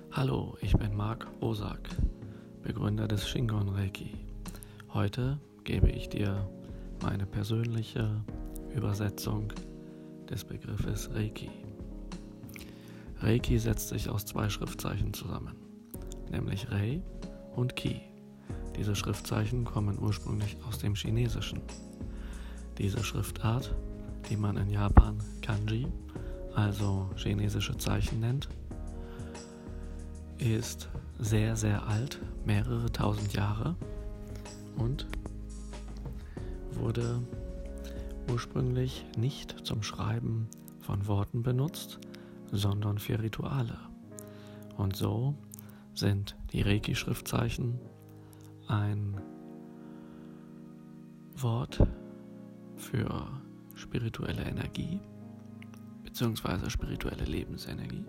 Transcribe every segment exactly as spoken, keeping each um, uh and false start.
Hallo, ich bin Marc Rosak, Begründer des Shingon Reiki. Heute gebe ich dir meine persönliche Übersetzung des Begriffes Reiki. Reiki setzt sich aus zwei Schriftzeichen zusammen, nämlich Rei und Ki. Diese Schriftzeichen kommen ursprünglich aus dem Chinesischen. Diese Schriftart, die man in Japan Kanji, also chinesische Zeichen nennt, ist sehr, sehr alt, mehrere tausend Jahre, und wurde ursprünglich nicht zum Schreiben von Worten benutzt, sondern für Rituale. Und so sind die Reiki-Schriftzeichen ein Wort für spirituelle Energie bzw. spirituelle Lebensenergie,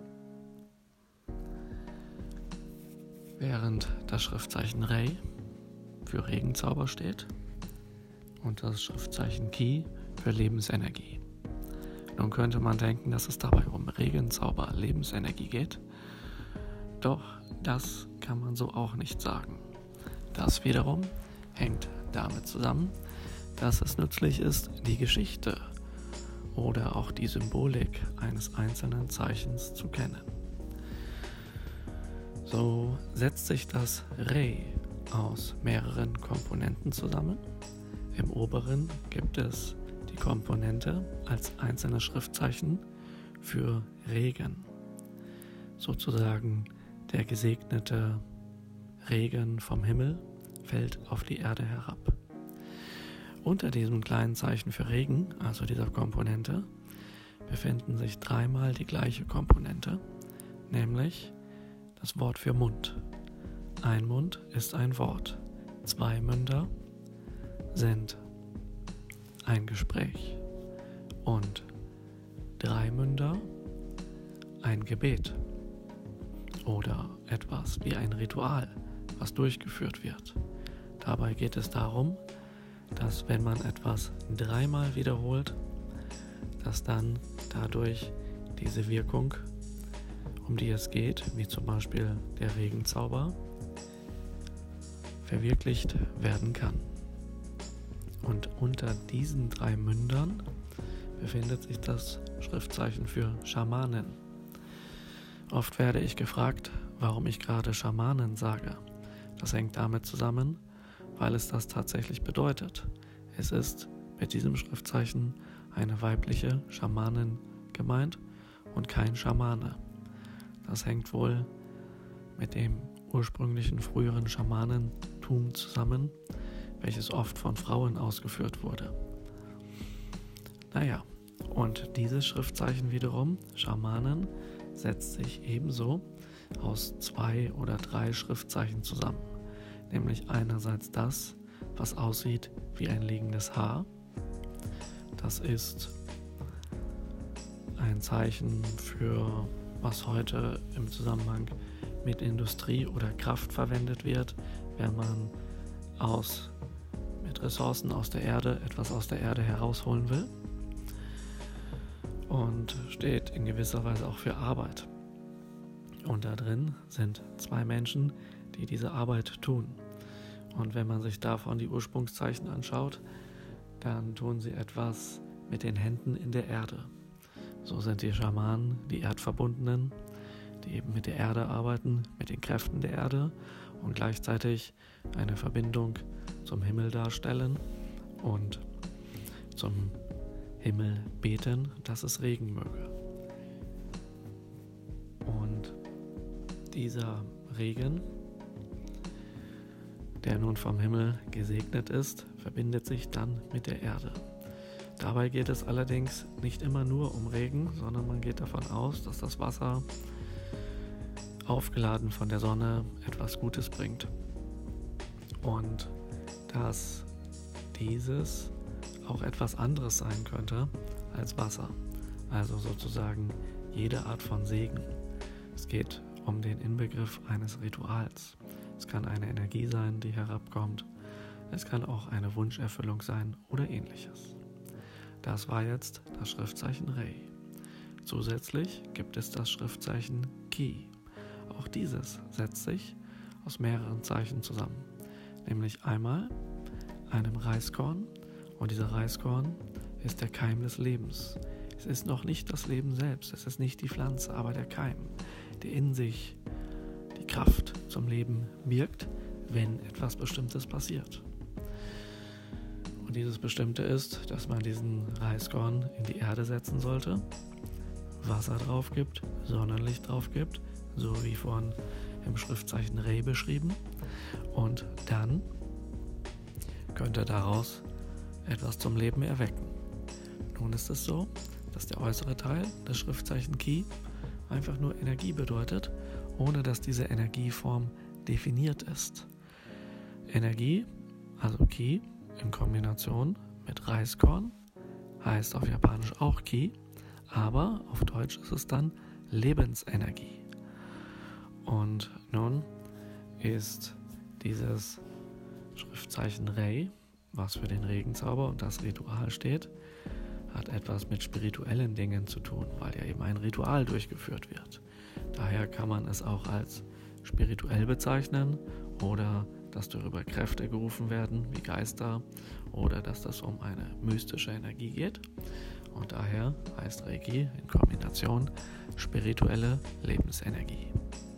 während das Schriftzeichen Rei für Regenzauber steht und das Schriftzeichen Ki für Lebensenergie. Nun könnte man denken, dass es dabei um Regenzauber, Lebensenergie geht, doch das kann man so auch nicht sagen. Das wiederum hängt damit zusammen, dass es nützlich ist, die Geschichte oder auch die Symbolik eines einzelnen Zeichens zu kennen. So setzt sich das Rei aus mehreren Komponenten zusammen. Im oberen gibt es die Komponente als einzelne Schriftzeichen für Regen, sozusagen der gesegnete Regen vom Himmel fällt auf die Erde herab. Unter diesem kleinen Zeichen für Regen, also dieser Komponente, befinden sich dreimal die gleiche Komponente, nämlich das Wort für Mund. Ein Mund ist ein Wort. Zwei Münder sind ein Gespräch. Und drei Münder ein Gebet. Oder etwas wie ein Ritual, was durchgeführt wird. Dabei geht es darum, dass wenn man etwas dreimal wiederholt, dass dann dadurch diese Wirkung, um die es geht, wie zum Beispiel der Regenzauber, verwirklicht werden kann. Und unter diesen drei Mündern befindet sich das Schriftzeichen für Schamanen. Oft werde ich gefragt, warum ich gerade Schamanen sage. Das hängt damit zusammen, weil es das tatsächlich bedeutet. Es ist mit diesem Schriftzeichen eine weibliche Schamanin gemeint und kein Schamane. Das hängt wohl mit dem ursprünglichen früheren Schamanentum zusammen, welches oft von Frauen ausgeführt wurde. Naja, und dieses Schriftzeichen wiederum, Schamanen, setzt sich ebenso aus zwei oder drei Schriftzeichen zusammen. Nämlich einerseits das, was aussieht wie ein liegendes Haar. Das ist ein Zeichen für, was heute im Zusammenhang mit Industrie oder Kraft verwendet wird, wenn man aus, mit Ressourcen aus der Erde etwas aus der Erde herausholen will. Und steht in gewisser Weise auch für Arbeit. Und da drin sind zwei Menschen, die diese Arbeit tun. Und wenn man sich davon die Ursprungszeichen anschaut, dann tun sie etwas mit den Händen in der Erde. So sind die Schamanen, die Erdverbundenen, die eben mit der Erde arbeiten, mit den Kräften der Erde und gleichzeitig eine Verbindung zum Himmel darstellen und zum Himmel beten, dass es Regen möge. Und dieser Regen, der nun vom Himmel gesegnet ist, verbindet sich dann mit der Erde. Dabei geht es allerdings nicht immer nur um Regen, sondern man geht davon aus, dass das Wasser, aufgeladen von der Sonne, etwas Gutes bringt. Und dass dieses auch etwas anderes sein könnte als Wasser. Also sozusagen jede Art von Segen. Es geht um den Inbegriff eines Rituals. Es kann eine Energie sein, die herabkommt. Es kann auch eine Wunscherfüllung sein oder ähnliches. Das war jetzt das Schriftzeichen Rei. Zusätzlich gibt es das Schriftzeichen Ki. Auch dieses setzt sich aus mehreren Zeichen zusammen, nämlich einmal einem Reiskorn, und dieser Reiskorn ist der Keim des Lebens. Es ist noch nicht das Leben selbst, es ist nicht die Pflanze, aber der Keim, der in sich die Kraft zum Leben birgt, wenn etwas Bestimmtes passiert. Und dieses Bestimmte ist, dass man diesen Reiskorn in die Erde setzen sollte, Wasser drauf gibt, Sonnenlicht drauf gibt, so wie vorhin im Schriftzeichen Re beschrieben, und dann könnte daraus etwas zum Leben erwecken. Nun ist es so, dass der äußere Teil des Schriftzeichen Ki einfach nur Energie bedeutet, ohne dass diese Energieform definiert ist. Energie, also Ki, in Kombination mit Reiskorn, heißt auf Japanisch auch Ki, aber auf Deutsch ist es dann Lebensenergie. Und nun ist dieses Schriftzeichen Rei, was für den Regenzauber und das Ritual steht, hat etwas mit spirituellen Dingen zu tun, weil ja eben ein Ritual durchgeführt wird. Daher kann man es auch als spirituell bezeichnen oder dass darüber Kräfte gerufen werden, wie Geister, oder dass das um eine mystische Energie geht. Und daher heißt Reiki in Kombination spirituelle Lebensenergie.